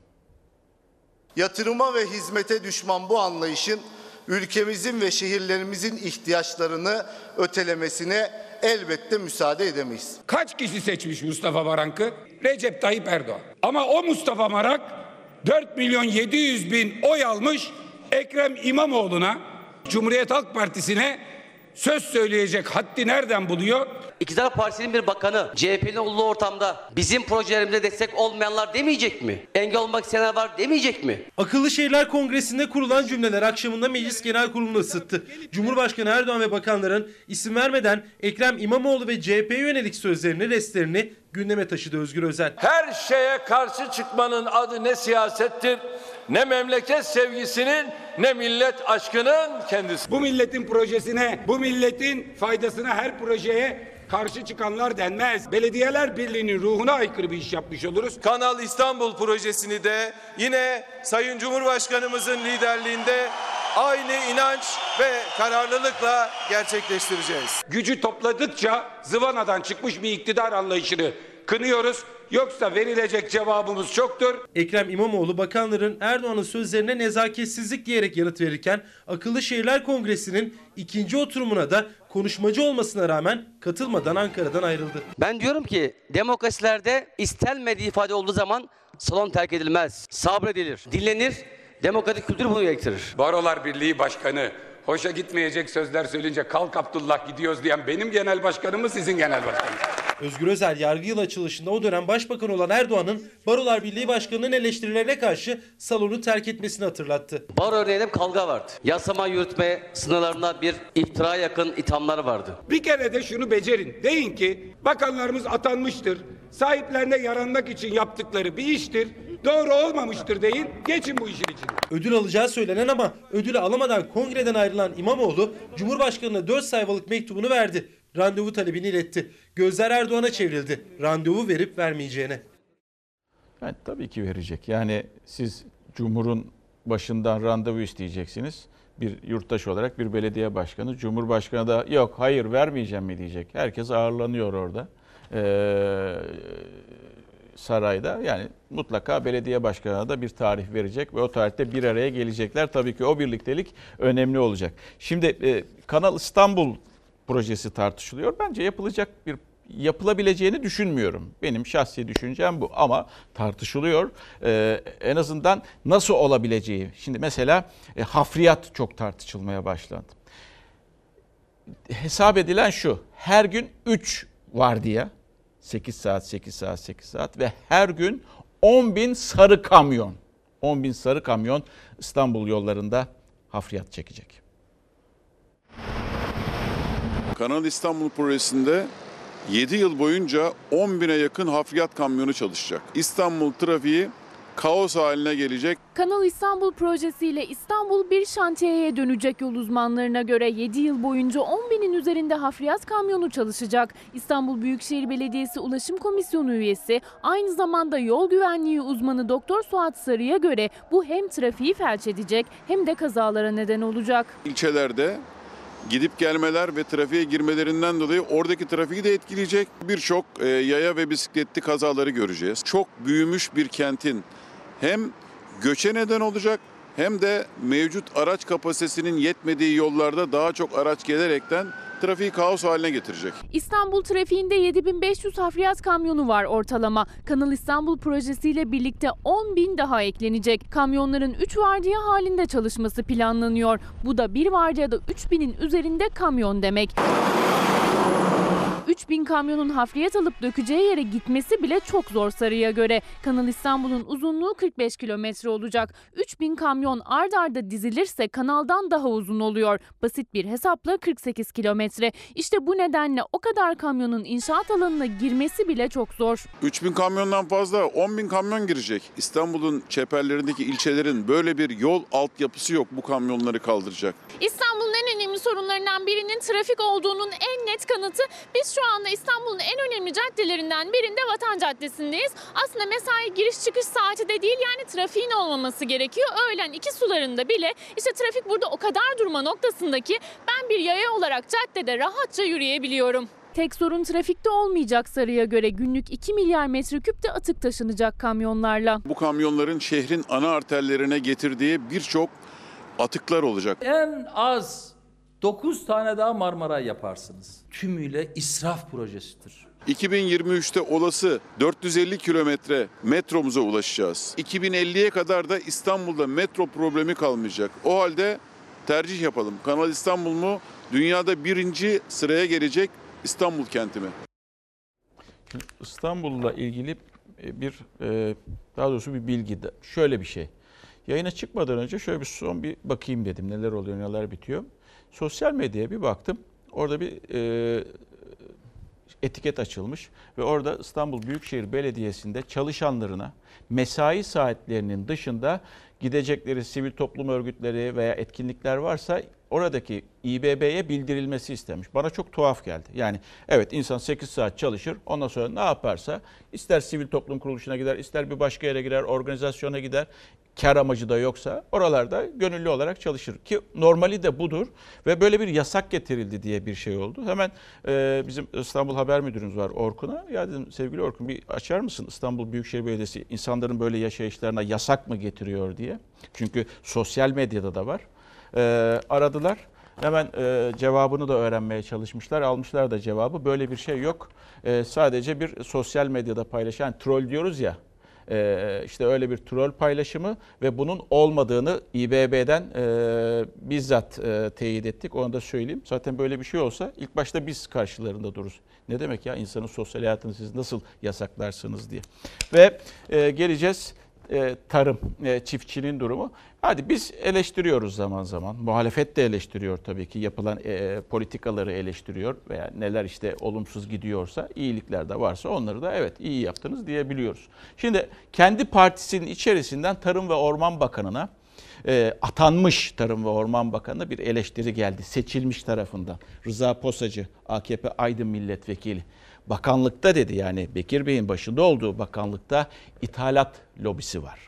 S18: Yatırıma ve hizmete düşman bu anlayışın ülkemizin ve şehirlerimizin ihtiyaçlarını ötelemesine elbette müsaade edemeyiz.
S7: Kaç kişi seçmiş Mustafa Varank'ı? Recep Tayyip Erdoğan. Ama o Mustafa Varank dört milyon yedi yüz bin oy almış Ekrem İmamoğlu'na, Cumhuriyet Halk Partisi'ne söz söyleyecek haddi nereden buluyor?
S16: İktidar Partisi'nin bir bakanı C H P'nin olduğu ortamda bizim projelerimize destek olmayanlar demeyecek mi? Engel olmak isteyenler var demeyecek mi?
S3: Akıllı Şehirler Kongresi'nde kurulan cümleler akşamında Meclis Genel Kurulu'nu ısıttı. Cumhurbaşkanı Erdoğan ve bakanların isim vermeden Ekrem İmamoğlu ve C H P'ye yönelik sözlerini, restlerini gündeme taşıdı Özgür Özel.
S2: Her şeye karşı çıkmanın adı ne siyasettir, ne memleket sevgisinin, ne millet aşkının kendisi.
S7: Bu milletin projesine, bu milletin faydasına her projeye karşı çıkanlar denmez. Belediyeler Birliği'nin ruhuna aykırı bir iş yapmış oluruz.
S20: Kanal İstanbul projesini de yine Sayın Cumhurbaşkanımızın liderliğinde aynı inanç ve kararlılıkla gerçekleştireceğiz.
S7: Gücü topladıkça zıvanadan çıkmış bir iktidar anlayışını kınıyoruz. Yoksa verilecek cevabımız çoktur.
S3: Ekrem İmamoğlu bakanların Erdoğan'ın sözlerine nezaketsizlik diyerek yanıt verirken Akıllı Şehirler Kongresi'nin ikinci oturumuna da konuşmacı olmasına rağmen katılmadan Ankara'dan ayrıldı.
S16: Ben diyorum ki demokrasilerde istenmediği ifade olduğu zaman salon terk edilmez, sabredilir, dinlenir, demokratik kültür bunu gerektirir.
S7: Barolar Birliği Başkanı hoşa gitmeyecek sözler söyleyince kalk Abdullah gidiyoruz diyen benim genel başkanım mı sizin genel başkanınız?
S3: Özgür Özel yargı yıl açılışında o dönem başbakan olan Erdoğan'ın Barolar Birliği Başkanı'nın eleştirilerine karşı salonu terk etmesini hatırlattı.
S16: Baro örneğinde bir kavga vardı. Yasama yürütme sınırlarında bir iftira yakın ithamlar vardı.
S7: Bir kere de şunu becerin. Deyin ki bakanlarımız atanmıştır. Sahiplerine yaranmak için yaptıkları bir iştir. Doğru olmamıştır deyin. Geçin bu işin içine.
S3: Ödül alacağı söylenen ama ödülü alamadan kongreden ayrılan İmamoğlu Cumhurbaşkanı'na dört sayfalık mektubunu verdi. Randevu talebini iletti. Gözler Erdoğan'a çevrildi. Randevu verip vermeyeceğine.
S1: Yani tabii ki verecek. Yani siz Cumhur'un başından randevu isteyeceksiniz. Bir yurttaş olarak bir belediye başkanı. Cumhurbaşkanı da yok hayır vermeyeceğim mi diyecek. Herkes ağırlanıyor orada. Ee, sarayda. Yani mutlaka belediye başkanına da bir tarih verecek ve o tarihte bir araya gelecekler. Tabii ki o birliktelik önemli olacak. Şimdi e, Kanal İstanbul projesi tartışılıyor. Bence yapılacak bir yapılabileceğini düşünmüyorum. Benim şahsi düşüncem bu ama tartışılıyor. Ee, en azından nasıl olabileceği. Şimdi mesela e, hafriyat çok tartışılmaya başlandı. Hesap edilen şu. Her gün üç vardiya. sekiz saat, sekiz saat, sekiz saat ve her gün on bin sarı kamyon. on bin sarı kamyon İstanbul yollarında hafriyat çekecek.
S21: Kanal İstanbul projesinde yedi yıl boyunca on bine yakın hafriyat kamyonu çalışacak. İstanbul trafiği kaos haline gelecek.
S22: Kanal İstanbul projesiyle İstanbul bir şantiyeye dönecek. Yol uzmanlarına göre yedi yıl boyunca on binin üzerinde hafriyat kamyonu çalışacak. İstanbul Büyükşehir Belediyesi Ulaşım Komisyonu üyesi, aynı zamanda yol güvenliği uzmanı Doktor Suat Sarı'ya göre bu hem trafiği felç edecek hem de kazalara neden olacak.
S21: İlçelerde gidip gelmeler ve trafiğe girmelerinden dolayı oradaki trafiği de etkileyecek. Birçok e, yaya ve bisikletli kazaları göreceğiz. Çok büyümüş bir kentin hem göçe neden olacak hem de mevcut araç kapasitesinin yetmediği yollarda daha çok araç gelerekten trafiği kaos haline getirecek.
S22: İstanbul trafiğinde yedi bin beş yüz hafriyat kamyonu var ortalama. Kanal İstanbul projesiyle birlikte on bin daha eklenecek. Kamyonların üç vardiya halinde çalışması planlanıyor. Bu da bir vardiyada üç binin üzerinde kamyon demek. üç bin kamyonun hafriyat alıp dökeceği yere gitmesi bile çok zor Sarı'ya göre. Kanal İstanbul'un uzunluğu kırk beş kilometre olacak. üç bin kamyon ard arda dizilirse kanaldan daha uzun oluyor. Basit bir hesapla kırk sekiz kilometre. İşte bu nedenle o kadar kamyonun inşaat alanına girmesi bile çok zor.
S21: üç bin kamyondan fazla on bin kamyon girecek. İstanbul'un çeperlerindeki ilçelerin böyle bir yol altyapısı yok bu kamyonları kaldıracak.
S22: İstanbul'un en önemli sorunlarından birinin trafik olduğunun en net kanıtı. Biz şu anda İstanbul'un en önemli caddelerinden birinde Vatan Caddesi'ndeyiz. Aslında mesai giriş çıkış saati de değil, yani trafiğin olmaması gerekiyor. Öğlen iki sularında bile işte trafik burada o kadar durma noktasında ki ben bir yaya olarak caddede rahatça yürüyebiliyorum. Tek sorun trafikte olmayacak Sarı'ya göre. Günlük iki milyar metreküp de atık taşınacak kamyonlarla.
S21: Bu kamyonların şehrin ana arterlerine getirdiği birçok atıklar olacak.
S4: En az dokuz tane daha Marmaray yaparsınız. Tümüyle israf projesidir.
S21: iki bin yirmi üçte olası dört yüz elli kilometre metromuza ulaşacağız. iki bin elliye kadar da İstanbul'da metro problemi kalmayacak. O halde tercih yapalım. Kanal İstanbul mu, dünyada birinci sıraya gelecek İstanbul kenti mi?
S1: İstanbul'la ilgili bir, daha doğrusu bir bilgi de şöyle bir şey. Yayına çıkmadan önce şöyle bir son bir bakayım dedim. Neler oluyor, neler bitiyor. Sosyal medyaya bir baktım. Orada bir e, etiket açılmış ve orada İstanbul Büyükşehir Belediyesi'nde çalışanlarına mesai saatlerinin dışında gidecekleri sivil toplum örgütleri veya etkinlikler varsa oradaki İ B B'ye bildirilmesi istenmiş. Bana çok tuhaf geldi. Yani evet, insan sekiz saat çalışır, ondan sonra ne yaparsa ister sivil toplum kuruluşuna gider, ister bir başka yere gider, organizasyona gider. Kar amacı da yoksa oralarda gönüllü olarak çalışır ki normali de budur ve böyle bir yasak getirildi diye bir şey oldu. Hemen e, bizim İstanbul Haber Müdürümüz var, Orkun'a. Ya dedim, sevgili Orkun, bir açar mısın İstanbul Büyükşehir Belediyesi insanların böyle yaşayışlarına yasak mı getiriyor diye. Çünkü sosyal medyada da var. E, aradılar. Hemen e, cevabını da öğrenmeye çalışmışlar. Almışlar da cevabı. Böyle bir şey yok. E, sadece bir sosyal medyada paylaşan, troll diyoruz ya. Ee, işte öyle bir troll paylaşımı ve bunun olmadığını İ B B'den e, bizzat e, teyit ettik. Onu da söyleyeyim. Zaten böyle bir şey olsa ilk başta biz karşılarında dururuz. Ne demek ya, insanın sosyal hayatını siz nasıl yasaklarsınız diye. Ve e, geleceğiz e, tarım, e, çiftçinin durumu. Hadi biz eleştiriyoruz zaman zaman. Muhalefet de eleştiriyor tabii ki. Yapılan e, politikaları eleştiriyor veya neler işte olumsuz gidiyorsa, iyilikler de varsa onları da evet iyi yaptınız diyebiliyoruz. Şimdi kendi partisinin içerisinden Tarım ve Orman Bakanı'na e, atanmış Tarım ve Orman Bakanı'na bir eleştiri geldi. Seçilmiş tarafından. Rıza Posacı, A K P Aydın Milletvekili. Bakanlıkta dedi, yani Bekir Bey'in başında olduğu bakanlıkta ithalat lobisi var.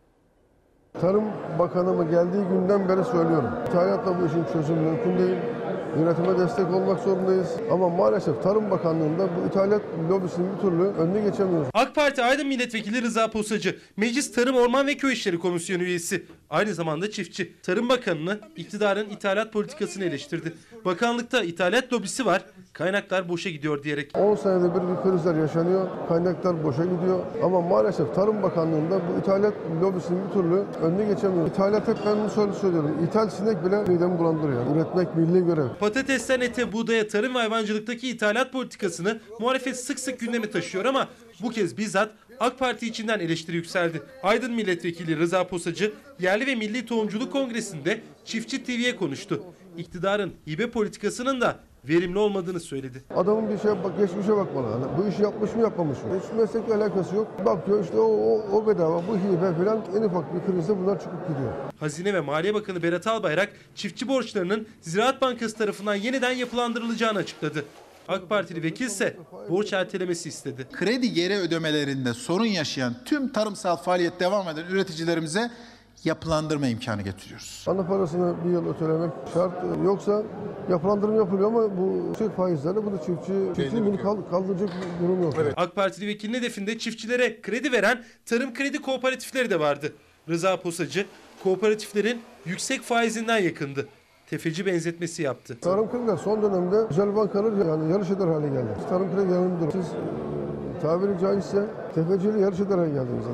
S5: Tarım Bakanı'mı geldiği günden beri söylüyorum. İthalatla bu işin çözümü mümkün değil. Yönetime destek olmak zorundayız. Ama maalesef Tarım Bakanlığı'nda bu ithalat lobisinin bir türlü önüne geçemiyoruz.
S3: AK Parti Aydın Milletvekili Rıza Posacı, Meclis Tarım Orman ve Köy İşleri Komisyonu üyesi. Aynı zamanda çiftçi. Tarım Bakanı'nı iktidarın ithalat politikasını eleştirdi. Bakanlıkta ithalat lobisi var, kaynaklar boşa gidiyor diyerek.
S5: on senede bir bir krizler yaşanıyor, kaynaklar boşa gidiyor. Ama maalesef Tarım Bakanlığı'nda bu ithalat lobisinin bir türlü önüne geçemiyor. İthalat hep ben bunu söylüyorum. İthal sinek bile midemi bulandırıyor. Üretmek milli görev.
S3: Patatesten ete, buğdaya, tarım ve hayvancılıktaki ithalat politikasını muhalefet sık sık gündeme taşıyor ama bu kez bizzat AK Parti içinden eleştiri yükseldi. Aydın Milletvekili Rıza Posacı, Yerli ve Milli Tohumculuk Kongresi'nde Çiftçi T V'ye konuştu. İktidarın hibe politikasının da verimli olmadığını söyledi.
S5: Adamın bir şey bak, geçmişe bakmalı. Yani bu işi yapmış mı yapmamış mı? Hiç meslekle alakası yok. Bakıyor işte o, o, o bedava, bu hibe falan, en ufak bir krizde bunlar çıkıp gidiyor.
S3: Hazine ve Maliye Bakanı Berat Albayrak çiftçi borçlarının Ziraat Bankası tarafından yeniden yapılandırılacağını açıkladı. AK Partili vekil ise borç ertelemesi istedi.
S23: Kredi geri ödemelerinde sorun yaşayan tüm tarımsal faaliyet devam eden üreticilerimize yapılandırma imkanı getiriyoruz.
S5: Ana parasını bir yıl ötelemek şart. Yoksa yapılandırma yapılıyor ama bu şey faizlerle bu da çiftçi, çiftçinin bunu kaldıracak bir durum yok.
S3: Evet. AK Partili vekilin hedefinde çiftçilere kredi veren tarım kredi kooperatifleri de vardı. Rıza Posacı kooperatiflerin yüksek faizinden yakındı. Tefeci benzetmesi yaptı.
S5: Tarım krediler son dönemde özel bankalar yani yarış eder hale geldi. Tarım kredi yanındır. Siz e, tabiri caizse tefeciyle yarış eder hale geldiniz.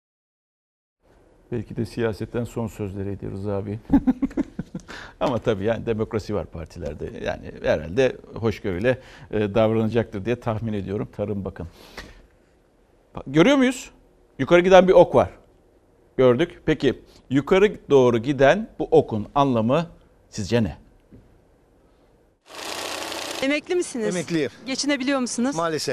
S1: Belki de siyasetten son sözleriydi Rıza abi. Ama tabii yani demokrasi var partilerde. Yani herhalde hoşgörüyle davranacaktır diye tahmin ediyorum Tarım Bakanı. Görüyor muyuz? Yukarı giden bir ok var. Gördük. Peki yukarı doğru giden bu okun anlamı sizce ne?
S24: Emekli misiniz?
S25: Emekliyim.
S24: Geçinebiliyor musunuz?
S25: Maalesef.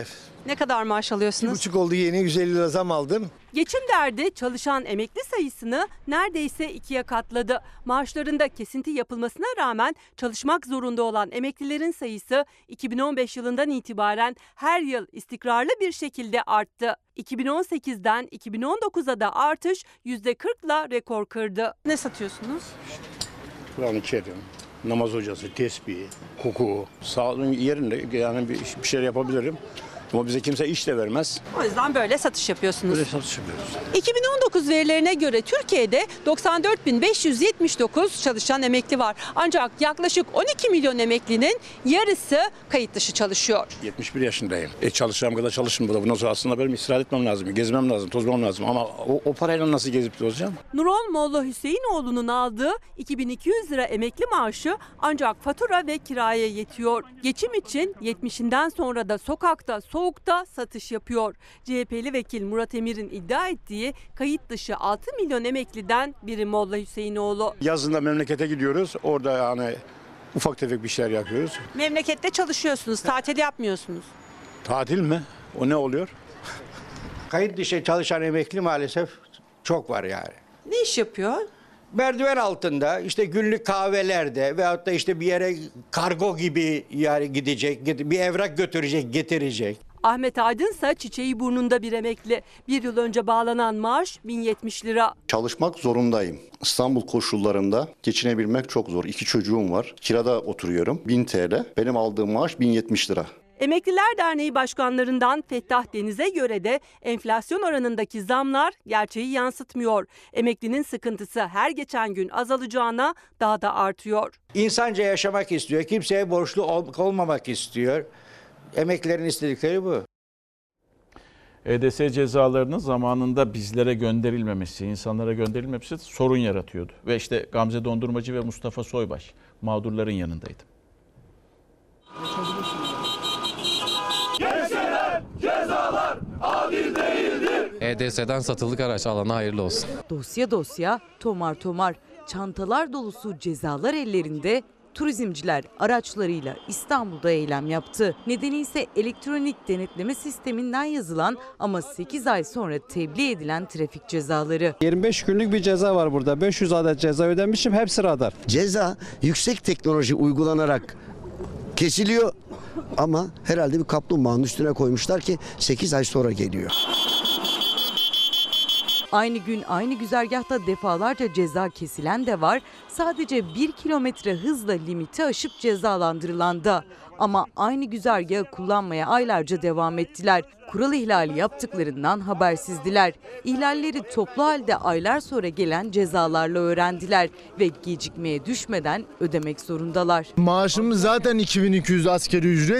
S9: Ne kadar maaş alıyorsunuz?
S10: Bir buçuk oldu, yeni yüz elli lira zam aldım.
S9: Geçim derdi çalışan emekli sayısını neredeyse ikiye katladı. Maaşlarında kesinti yapılmasına rağmen çalışmak zorunda olan emeklilerin sayısı iki bin on beş yılından itibaren her yıl istikrarlı bir şekilde arttı. iki bin on sekizden iki bin on dokuza da artış yüzde kırkla rekor kırdı. Ne satıyorsunuz?
S14: Kur'an-ı Kerim, namaz hocası, tesbih, hukuku, sağlığın yerinde yani bir, bir şeyler yapabilirim. Ama bize kimse iş de vermez.
S9: O yüzden böyle satış yapıyorsunuz.
S14: Böyle satış yapıyoruz.
S9: iki bin on dokuz verilerine göre Türkiye'de doksan dört bin beş yüz yetmiş dokuz çalışan emekli var. Ancak yaklaşık on iki milyon emeklinin yarısı kayıt dışı çalışıyor.
S14: yetmiş bir yaşındayım. E çalışacağım kadar çalışın burada. Bundan sonra aslında benim istirahat etmem lazım, gezmem lazım, tozmam lazım. Ama o, o parayla nasıl gezip tozacağım?
S9: Nurol Molla Hüseyinoğlu'nun aldığı iki bin iki yüz lira emekli maaşı ancak fatura ve kiraya yetiyor. Geçim için yetmişinden sonra da sokakta, soğukta satış yapıyor. C H P'li vekil Murat Emir'in iddia ettiği kayıt dışı altı milyon emekliden biri Molla Hüseyinoğlu.
S14: Yazında memlekete gidiyoruz. Orada yani ufak tefek bir şeyler yapıyoruz.
S9: Memlekette çalışıyorsunuz, tatil yapmıyorsunuz.
S14: Tatil mi? O ne oluyor?
S10: Kayıt dışı çalışan emekli maalesef çok var yani.
S9: Ne iş yapıyor?
S10: Merdiven altında, işte günlük kahvelerde veyahut da işte bir yere kargo gibi yani gidecek, bir evrak götürecek, getirecek.
S9: Ahmet Aydın ise çiçeği burnunda bir emekli. Bir yıl önce bağlanan maaş bin yetmiş lira.
S24: Çalışmak zorundayım. İstanbul koşullarında geçinebilmek çok zor. İki çocuğum var. Kirada oturuyorum. bin T L. Benim aldığım maaş bin yetmiş lira.
S9: Emekliler Derneği başkanlarından Fettah Deniz'e göre de enflasyon oranındaki zamlar gerçeği yansıtmıyor. Emeklinin sıkıntısı her geçen gün azalacağına daha da artıyor.
S10: İnsanca yaşamak istiyor, kimseye borçlu ol- olmamak istiyor. Emeklilerin istedikleri bu.
S1: E D S cezalarının zamanında bizlere gönderilmemesi, insanlara gönderilmemesi sorun yaratıyordu. Ve işte Gamze Dondurmacı ve Mustafa Soybaş mağdurların yanındaydı.
S25: Kesilen cezalar adil değildir.
S26: E D S'den satılık araç alana hayırlı olsun.
S27: Dosya dosya, tomar tomar, çantalar dolusu cezalar ellerinde turizmciler araçlarıyla İstanbul'da eylem yaptı. Nedeni ise elektronik denetleme sisteminden yazılan ama sekiz ay sonra tebliğ edilen trafik cezaları.
S28: yirmi beş günlük bir ceza var burada. beş yüz adet ceza ödemişim, hepsi radar.
S29: Ceza yüksek teknoloji uygulanarak kesiliyor ama herhalde bir kaplumbağanın üstüne koymuşlar ki sekiz ay sonra geliyor.
S27: Aynı gün aynı güzergahta defalarca ceza kesilen de var. Sadece bir kilometre hızla limiti aşıp cezalandırılan da. Ama aynı güzergahı kullanmaya aylarca devam ettiler. Kural ihlali yaptıklarından habersizdiler. İhlalleri toplu halde aylar sonra gelen cezalarla öğrendiler ve gecikmeye düşmeden ödemek zorundalar.
S30: Maaşımız zaten iki bin iki yüz asgari ücret.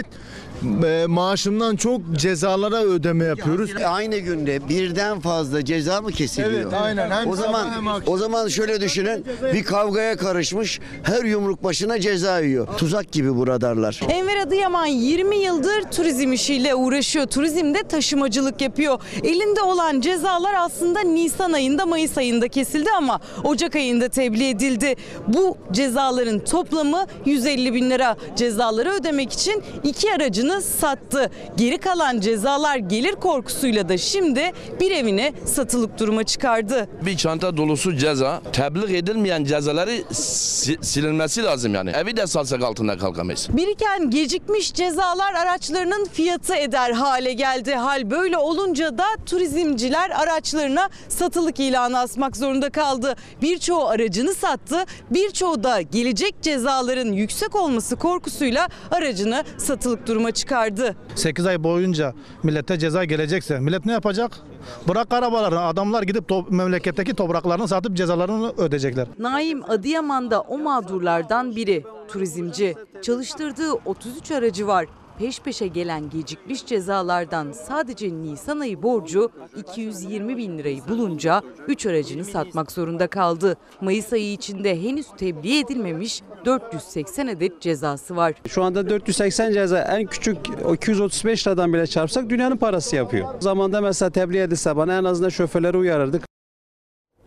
S30: Maaşımdan çok cezalara ödeme yapıyoruz.
S29: Aynı günde birden fazla ceza mı kesiliyor?
S30: Evet, aynen. Hem
S29: o zaman
S30: hem akşam.
S29: o zaman şöyle düşünün. Bir kavgaya karışmış, her yumruk başına ceza yiyor. Tuzak gibi bu radarlar.
S27: Enver Adıyaman yirmi yıldır turizm işiyle uğraşıyor. Turizmde taşımacılık yapıyor. Elinde olan cezalar aslında Nisan ayında, Mayıs ayında kesildi ama Ocak ayında tebliğ edildi. Bu cezaların toplamı yüz elli bin lira. Cezaları ödemek için iki aracını sattı. Geri kalan cezalar gelir korkusuyla da şimdi bir evini satılık duruma çıkardı.
S31: Bir çanta dolusu ceza, tebliğ edilmeyen cezaları si- silinmesi lazım yani. Evi de salsak altında kalkamayız.
S27: Biriken gecikmiş cezalar araçlarının fiyatı eder hale geldi. Hal böyle olunca da turizmciler araçlarına satılık ilanı asmak zorunda kaldı. Birçoğu aracını sattı, birçoğu da gelecek cezaların yüksek olması korkusuyla aracını satılık duruma çıkardı.
S30: sekiz ay boyunca millete ceza gelecekse millet ne yapacak? Bırak arabalarını, adamlar gidip to- memleketteki topraklarını satıp cezalarını ödeyecekler.
S27: Naim Adıyaman da o mağdurlardan biri. Turizmci. Çalıştırdığı otuz üç aracı var. Peş peşe gelen gecikmiş cezalardan sadece Nisan ayı borcu iki yüz yirmi bin lirayı bulunca üç aracını satmak zorunda kaldı. Mayıs ayı içinde henüz tebliğ edilmemiş dört yüz seksen adet cezası var.
S28: Şu anda dört yüz seksen ceza en küçük iki yüz otuz beş liradan bile çarpsak dünyanın parası yapıyor. Zamanda mesela tebliğ edilse bana en azından şoförleri uyarırdık.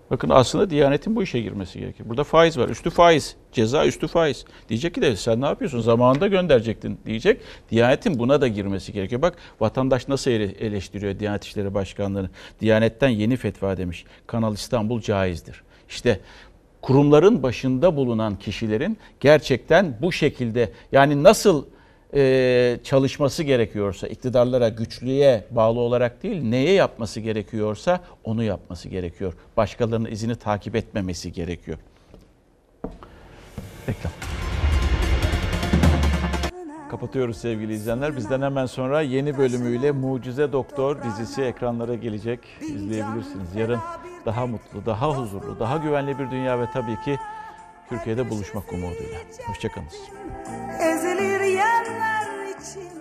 S1: Bakın aslında Diyanet'in bu işe girmesi gerekir. Burada faiz var. Üstü faiz. Ceza üstü faiz. Diyecek ki de sen ne yapıyorsun? Zamanında gönderecektin diyecek. Diyanet'in buna da girmesi gerekiyor. Bak vatandaş nasıl eleştiriyor Diyanet İşleri Başkanlığı'nı. Diyanet'ten yeni fetva demiş. Kanal İstanbul caizdir. İşte kurumların başında bulunan kişilerin gerçekten bu şekilde yani nasıl e, çalışması gerekiyorsa iktidarlara, güçlüğe bağlı olarak değil neye yapması gerekiyorsa onu yapması gerekiyor. Başkalarının izini takip etmemesi gerekiyor. Reklam. Kapatıyoruz sevgili izleyenler. Bizden hemen sonra yeni bölümüyle Mucize Doktor dizisi ekranlara gelecek. İzleyebilirsiniz. Yarın daha mutlu, daha huzurlu, daha güvenli bir dünya ve tabii ki Türkiye'de buluşmak umuduyla. Hoşçakalın.
S2: Ezilir yerler için